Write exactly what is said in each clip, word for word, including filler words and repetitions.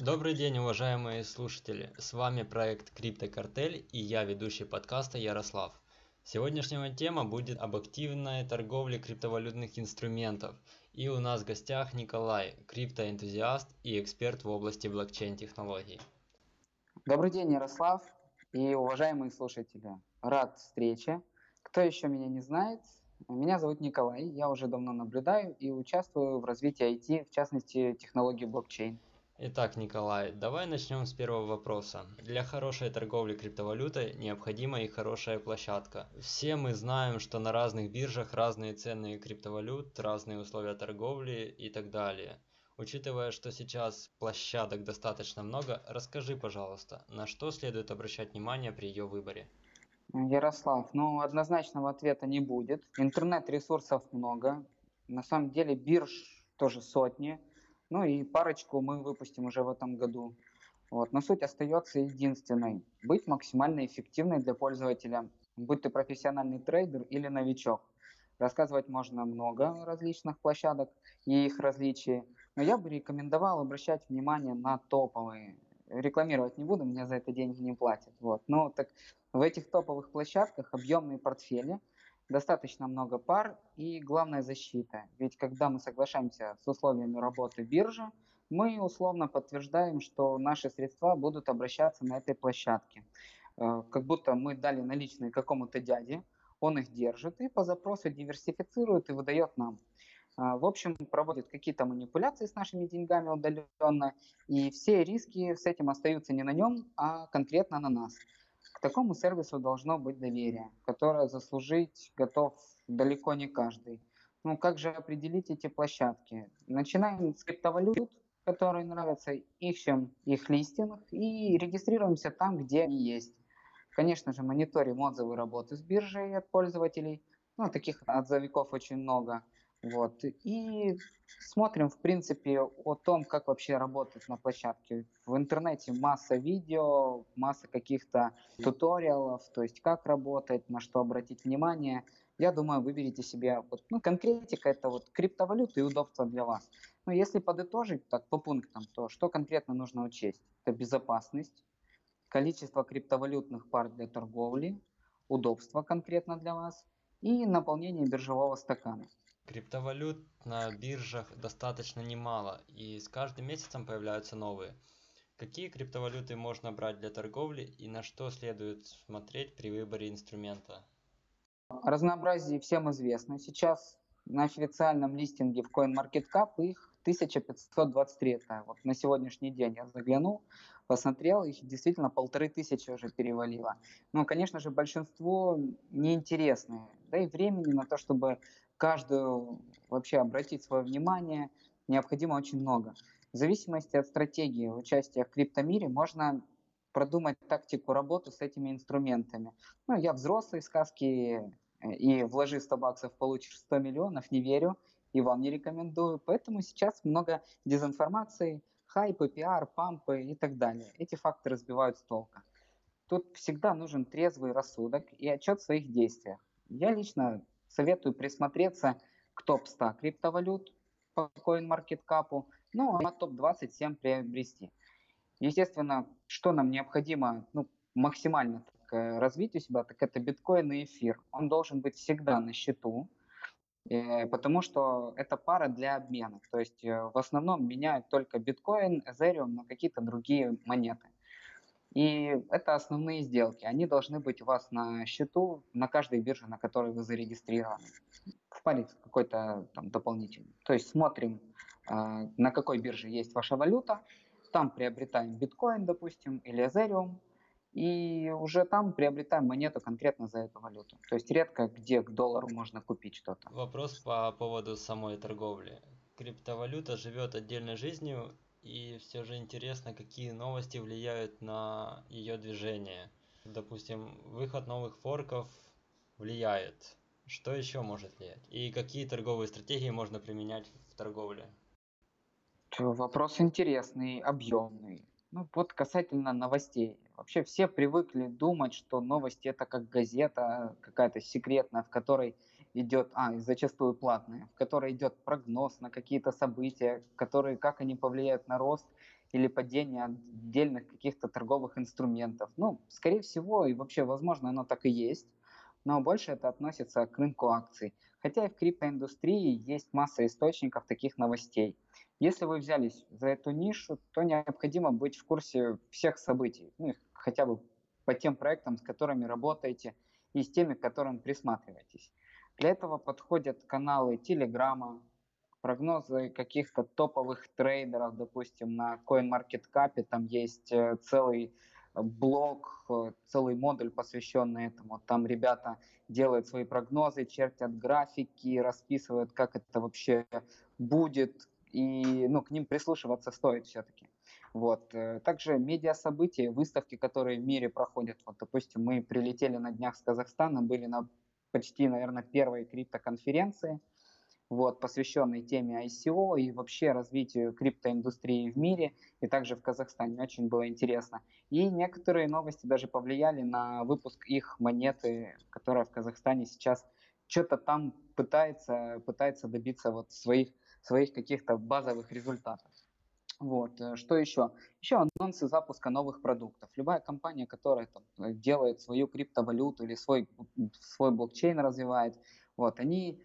Добрый день, уважаемые слушатели! С вами проект Криптокартель и я, ведущий подкаста Ярослав. Сегодняшняя тема будет об активной торговле криптовалютных инструментов. И у нас в гостях Николай, криптоэнтузиаст и эксперт в области блокчейн-технологий. Добрый день, Ярослав и уважаемые слушатели. Рад встрече. Кто еще меня не знает, меня зовут Николай, я уже давно наблюдаю и участвую в развитии ай ти, в частности, технологии блокчейн. Итак, Николай, давай начнем с первого вопроса. Для хорошей торговли криптовалютой необходима и хорошая площадка. Все мы знаем, что на разных биржах разные цены криптовалют, разные условия торговли и так далее. Учитывая, что сейчас площадок достаточно много, расскажи, пожалуйста, на что следует обращать внимание при ее выборе? Ярослав, ну однозначного ответа не будет. Интернет-ресурсов много. На самом деле бирж тоже сотни. Ну и парочку мы выпустим уже в этом году. Вот. Но суть остается единственной. Быть максимально эффективной для пользователя, будь ты профессиональный трейдер или новичок. Рассказывать можно много различных площадок и их различий, но я бы рекомендовал обращать внимание на топовые. Рекламировать не буду, мне за это деньги не платят. Вот. Но так в этих топовых площадках объемные портфели, достаточно много пар и главная защита. Ведь когда мы соглашаемся с условиями работы биржи, мы условно подтверждаем, что наши средства будут обращаться на этой площадке. Как будто мы дали наличные какому-то дяде, он их держит и по запросу диверсифицирует и выдает нам. В общем, проводит какие-то манипуляции с нашими деньгами удаленно, и все риски с этим остаются не на нем, а конкретно на нас. К такому сервису должно быть доверие, которое заслужить готов далеко не каждый. Ну, как же определить эти площадки? Начинаем с криптовалют, которые нравятся, ищем их листинг и регистрируемся там, где они есть. Конечно же, мониторим отзывы работы с биржей от пользователей. Ну, таких отзывиков очень много. Вот. И смотрим, в принципе, о том, как вообще работать на площадке. В интернете масса видео, масса каких-то туториалов, то есть как работать, на что обратить внимание. Я думаю, выберите себе, вот, ну, конкретика это вот криптовалюта и удобство для вас. Но если подытожить так по пунктам, то что конкретно нужно учесть? Это безопасность, количество криптовалютных пар для торговли, удобство конкретно для вас и наполнение биржевого стакана. Криптовалют на биржах достаточно немало, и с каждым месяцем появляются новые. Какие криптовалюты можно брать для торговли и на что следует смотреть при выборе инструмента? Разнообразие всем известно. Сейчас на официальном листинге в CoinMarketCap их тысяча пятьсот двадцать три. Это вот на сегодняшний день я заглянул, посмотрел, их действительно полторы тысячи уже перевалило. Но, конечно же, большинство неинтересные. Да и времени на то, чтобы каждую вообще обратить свое внимание, необходимо очень много. В зависимости от стратегии участия в криптомире можно продумать тактику работы с этими инструментами. Ну, я взрослый, сказки и вложи сто баксов, получишь сто миллионов, не верю и вам не рекомендую. Поэтому сейчас много дезинформации, хайпы, пиар, пампы и так далее. Эти факторы сбивают с толка. Тут всегда нужен трезвый рассудок и отчет в своих действиях. Я лично советую присмотреться к топ сто криптовалют по CoinMarketCap, ну а топ двадцать семь приобрести. Естественно, что нам необходимо ну, максимально так, развить у себя, так это биткоин и эфир. Он должен быть всегда на счету, э, потому что это пара для обмена. То есть э, в основном меняют только биткоин, эзериум на какие-то другие монеты. И это основные сделки. Они должны быть у вас на счету на каждой бирже, на которой вы зарегистрированы. В паре какой-то там дополнительный. То есть смотрим, э, на какой бирже есть ваша валюта, там приобретаем биткоин, допустим, или эзериум, и уже там приобретаем монету конкретно за эту валюту. То есть редко где к доллару можно купить что-то. Вопрос по поводу самой торговли. Криптовалюта живет отдельной жизнью, и все же интересно, какие новости влияют на ее движение. Допустим, выход новых форков влияет. Что еще может влиять? И какие торговые стратегии можно применять в торговле? Вопрос интересный, объемный. Ну вот касательно новостей. Вообще все привыкли думать, что новости это как газета какая-то секретная, в которой идет, а, и зачастую платная, в которой идет прогноз на какие-то события, которые, как они повлияют на рост или падение отдельных каких-то торговых инструментов. Ну, скорее всего, и вообще, возможно, оно так и есть, но больше это относится к рынку акций. Хотя и в криптоиндустрии есть масса источников таких новостей. Если вы взялись за эту нишу, то необходимо быть в курсе всех событий, ну, хотя бы по тем проектам, с которыми работаете, и с теми, к которым присматриваетесь. Для этого подходят каналы Телеграма, прогнозы каких-то топовых трейдеров, допустим, на CoinMarketCap, там есть э, целый блок, э, целый модуль, посвященный этому. Там ребята делают свои прогнозы, чертят графики, расписывают, как это вообще будет, и ну, к ним прислушиваться стоит все-таки. Вот. э, Также медиа-события, выставки, которые в мире проходят. Вот, допустим, мы прилетели на днях с Казахстана, были на почти, наверное, первой криптоконференции, вот, посвященной теме ай си о и вообще развитию криптоиндустрии в мире, и также в Казахстане. Очень было интересно. И некоторые новости даже повлияли на выпуск их монеты, которая в Казахстане сейчас что-то там пытается, пытается добиться вот своих, своих каких-то базовых результатов. Вот. э, Что еще? Еще анонсы запуска новых продуктов. Любая компания, которая там, э, делает свою криптовалюту или свой, свой блокчейн развивает, вот, они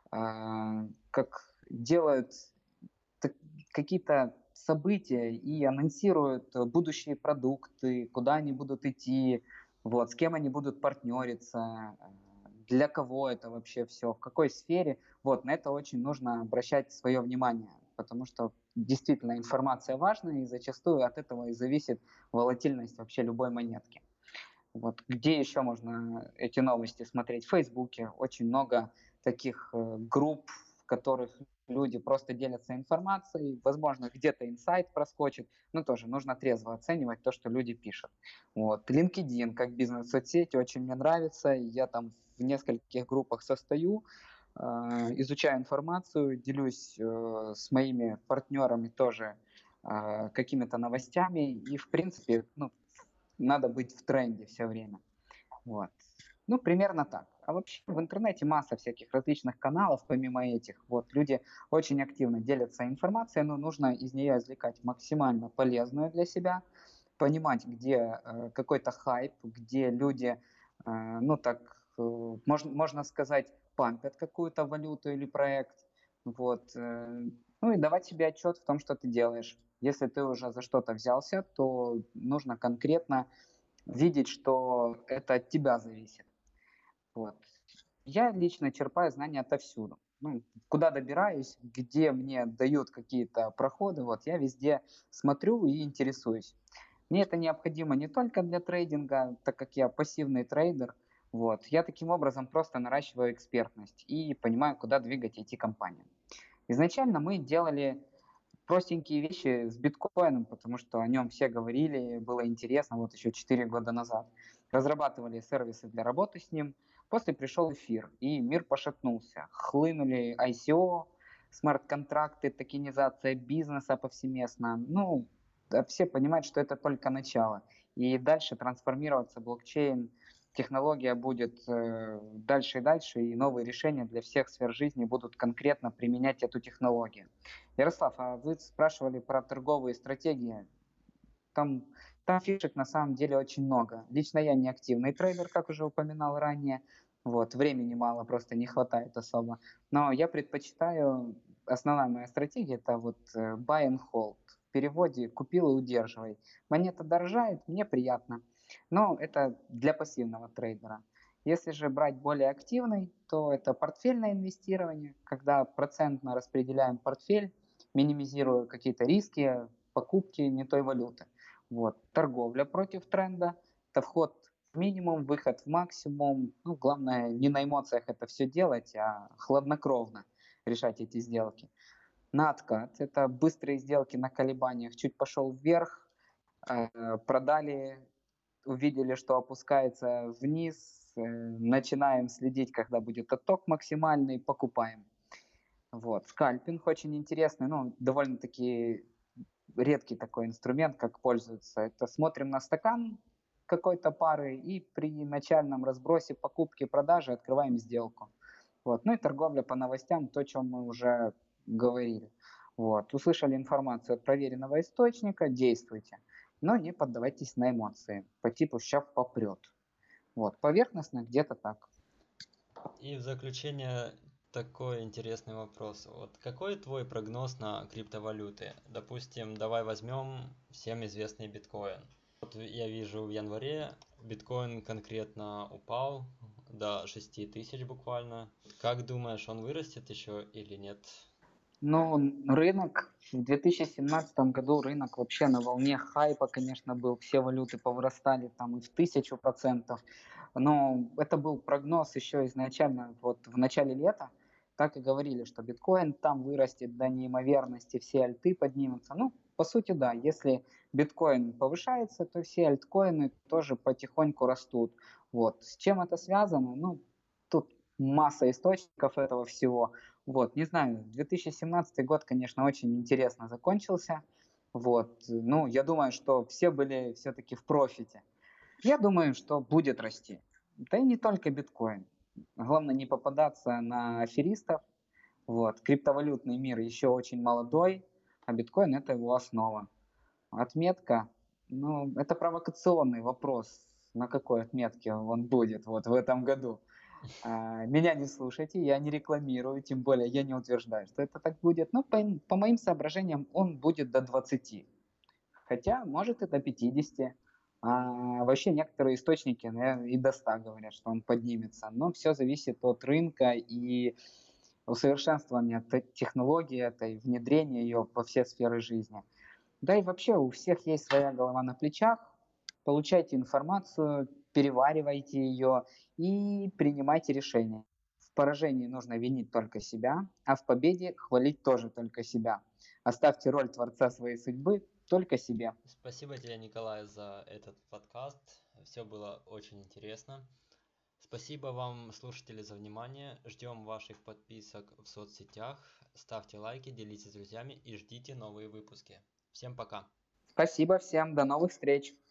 а, как делают так- какие-то события и анонсируют э, будущие продукты, куда они будут идти, вот, с кем они будут партнериться, э, для кого это вообще все, в какой сфере. Вот, на это очень нужно обращать свое внимание, потому что действительно информация важна, и зачастую от этого и зависит волатильность вообще любой монетки. Вот. Где еще можно эти новости смотреть? В Фейсбуке очень много таких э, групп, в которых люди просто делятся информацией. Возможно, где-то инсайт проскочит, но тоже нужно трезво оценивать то, что люди пишут. Вот. LinkedIn как бизнес-соцсеть очень мне нравится. Я там в нескольких группах состою, э, изучаю информацию, делюсь э, с моими партнерами тоже э, какими-то новостями. И, в принципе, ну, надо быть в тренде все время. Вот. Ну, примерно так. А вообще в интернете масса всяких различных каналов, помимо этих. Вот люди очень активно делятся информацией, но нужно из нее извлекать максимально полезную для себя, понимать, где э, какой-то хайп, где люди, э, ну так, э, можно, можно сказать, пампят какую-то валюту или проект. Вот. Э, ну и давать себе отчет в том, что ты делаешь. Если ты уже за что-то взялся, то нужно конкретно видеть, что это от тебя зависит. Вот. Я лично черпаю знания отовсюду. Ну, куда добираюсь, где мне дают какие-то проходы, вот я везде смотрю и интересуюсь. Мне это необходимо не только для трейдинга, так как я пассивный трейдер. Вот. Я таким образом просто наращиваю экспертность и понимаю, куда двигать и идти компанию. Изначально мы делали простенькие вещи с биткоином, потому что о нем все говорили, было интересно, вот еще четыре года назад. Разрабатывали сервисы для работы с ним. После пришел эфир, и мир пошатнулся. Хлынули ай си о, смарт-контракты, токенизация бизнеса повсеместно. Ну, да, все понимают, что это только начало. И дальше трансформироваться блокчейн, технология будет э, дальше и дальше, и новые решения для всех сфер жизни будут конкретно применять эту технологию. Ярослав, а вы спрашивали про торговые стратегии. Там, там фишек на самом деле очень много. Лично я не активный трейдер, как уже упоминал ранее. Вот, времени мало, просто не хватает особо. Но я предпочитаю, основная моя стратегия это вот э, buy and hold. В переводе купил и удерживай. Монета дорожает, мне приятно. Но это для пассивного трейдера. Если же брать более активный, то это портфельное инвестирование, когда процентно распределяем портфель, минимизируя какие-то риски покупки не той валюты. Вот. Торговля против тренда, это вход в минимум, выход в максимум. Ну, главное не на эмоциях это все делать, а хладнокровно решать эти сделки. На откат, это быстрые сделки на колебаниях, чуть пошел вверх, э, продали, увидели, что опускается вниз, э, начинаем следить, когда будет отток максимальный, покупаем. Вот. Скальпинг очень интересный, ну, довольно-таки редкий такой инструмент, как пользуются. Это смотрим на стакан какой-то пары и при начальном разбросе покупки-продажи открываем сделку. Вот. Ну и торговля по новостям, то, о чем мы уже говорили. Вот. Услышали информацию от проверенного источника, действуйте. Но не поддавайтесь на эмоции по типу «ща попрет». Вот. Поверхностно где-то так. И в заключение такой интересный вопрос. Вот какой твой прогноз на криптовалюты? Допустим, давай возьмем всем известный биткоин. Вот я вижу в январе биткоин конкретно упал до шести тысяч буквально. Как думаешь, он вырастет еще или нет? Ну, рынок в две тысячи семнадцатом году рынок вообще на волне хайпа, конечно, был. Все валюты повырастали там и в тысячу процентов. Но это был прогноз еще изначально, вот в начале лета. Так и говорили, что биткоин там вырастет до неимоверности, все альты поднимутся. Ну, по сути, да, если биткоин повышается, то все альткоины тоже потихоньку растут. Вот. С чем это связано? Ну, тут масса источников этого всего. Вот, не знаю, две тысячи семнадцатый год, конечно, очень интересно закончился. Вот, ну, я думаю, что все были все-таки в профите. Я думаю, что будет расти. Да и не только биткоин. Главное не попадаться на аферистов. Вот, криптовалютный мир еще очень молодой, а биткоин это его основа. Отметка, ну, это провокационный вопрос, на какой отметке он будет вот в этом году. А, Меня не слушайте, я не рекламирую, тем более я не утверждаю, что это так будет. Но по, по моим соображениям он будет до двадцати, хотя может и до пятидесяти. А вообще некоторые источники, наверное, и до ста говорят, что он поднимется. Но все зависит от рынка и усовершенствования технологии этой, внедрения ее во все сферы жизни. Да и вообще у всех есть своя голова на плечах. Получайте информацию, переваривайте ее и принимайте решения. В поражении нужно винить только себя, а в победе хвалить тоже только себя. Оставьте роль творца своей судьбы только себе. Спасибо тебе, Николай, за этот подкаст. Все было очень интересно. Спасибо вам, слушатели, за внимание. Ждем ваших подписок в соцсетях. Ставьте лайки, делитесь с друзьями и ждите новые выпуски. Всем пока. Спасибо всем, до новых встреч.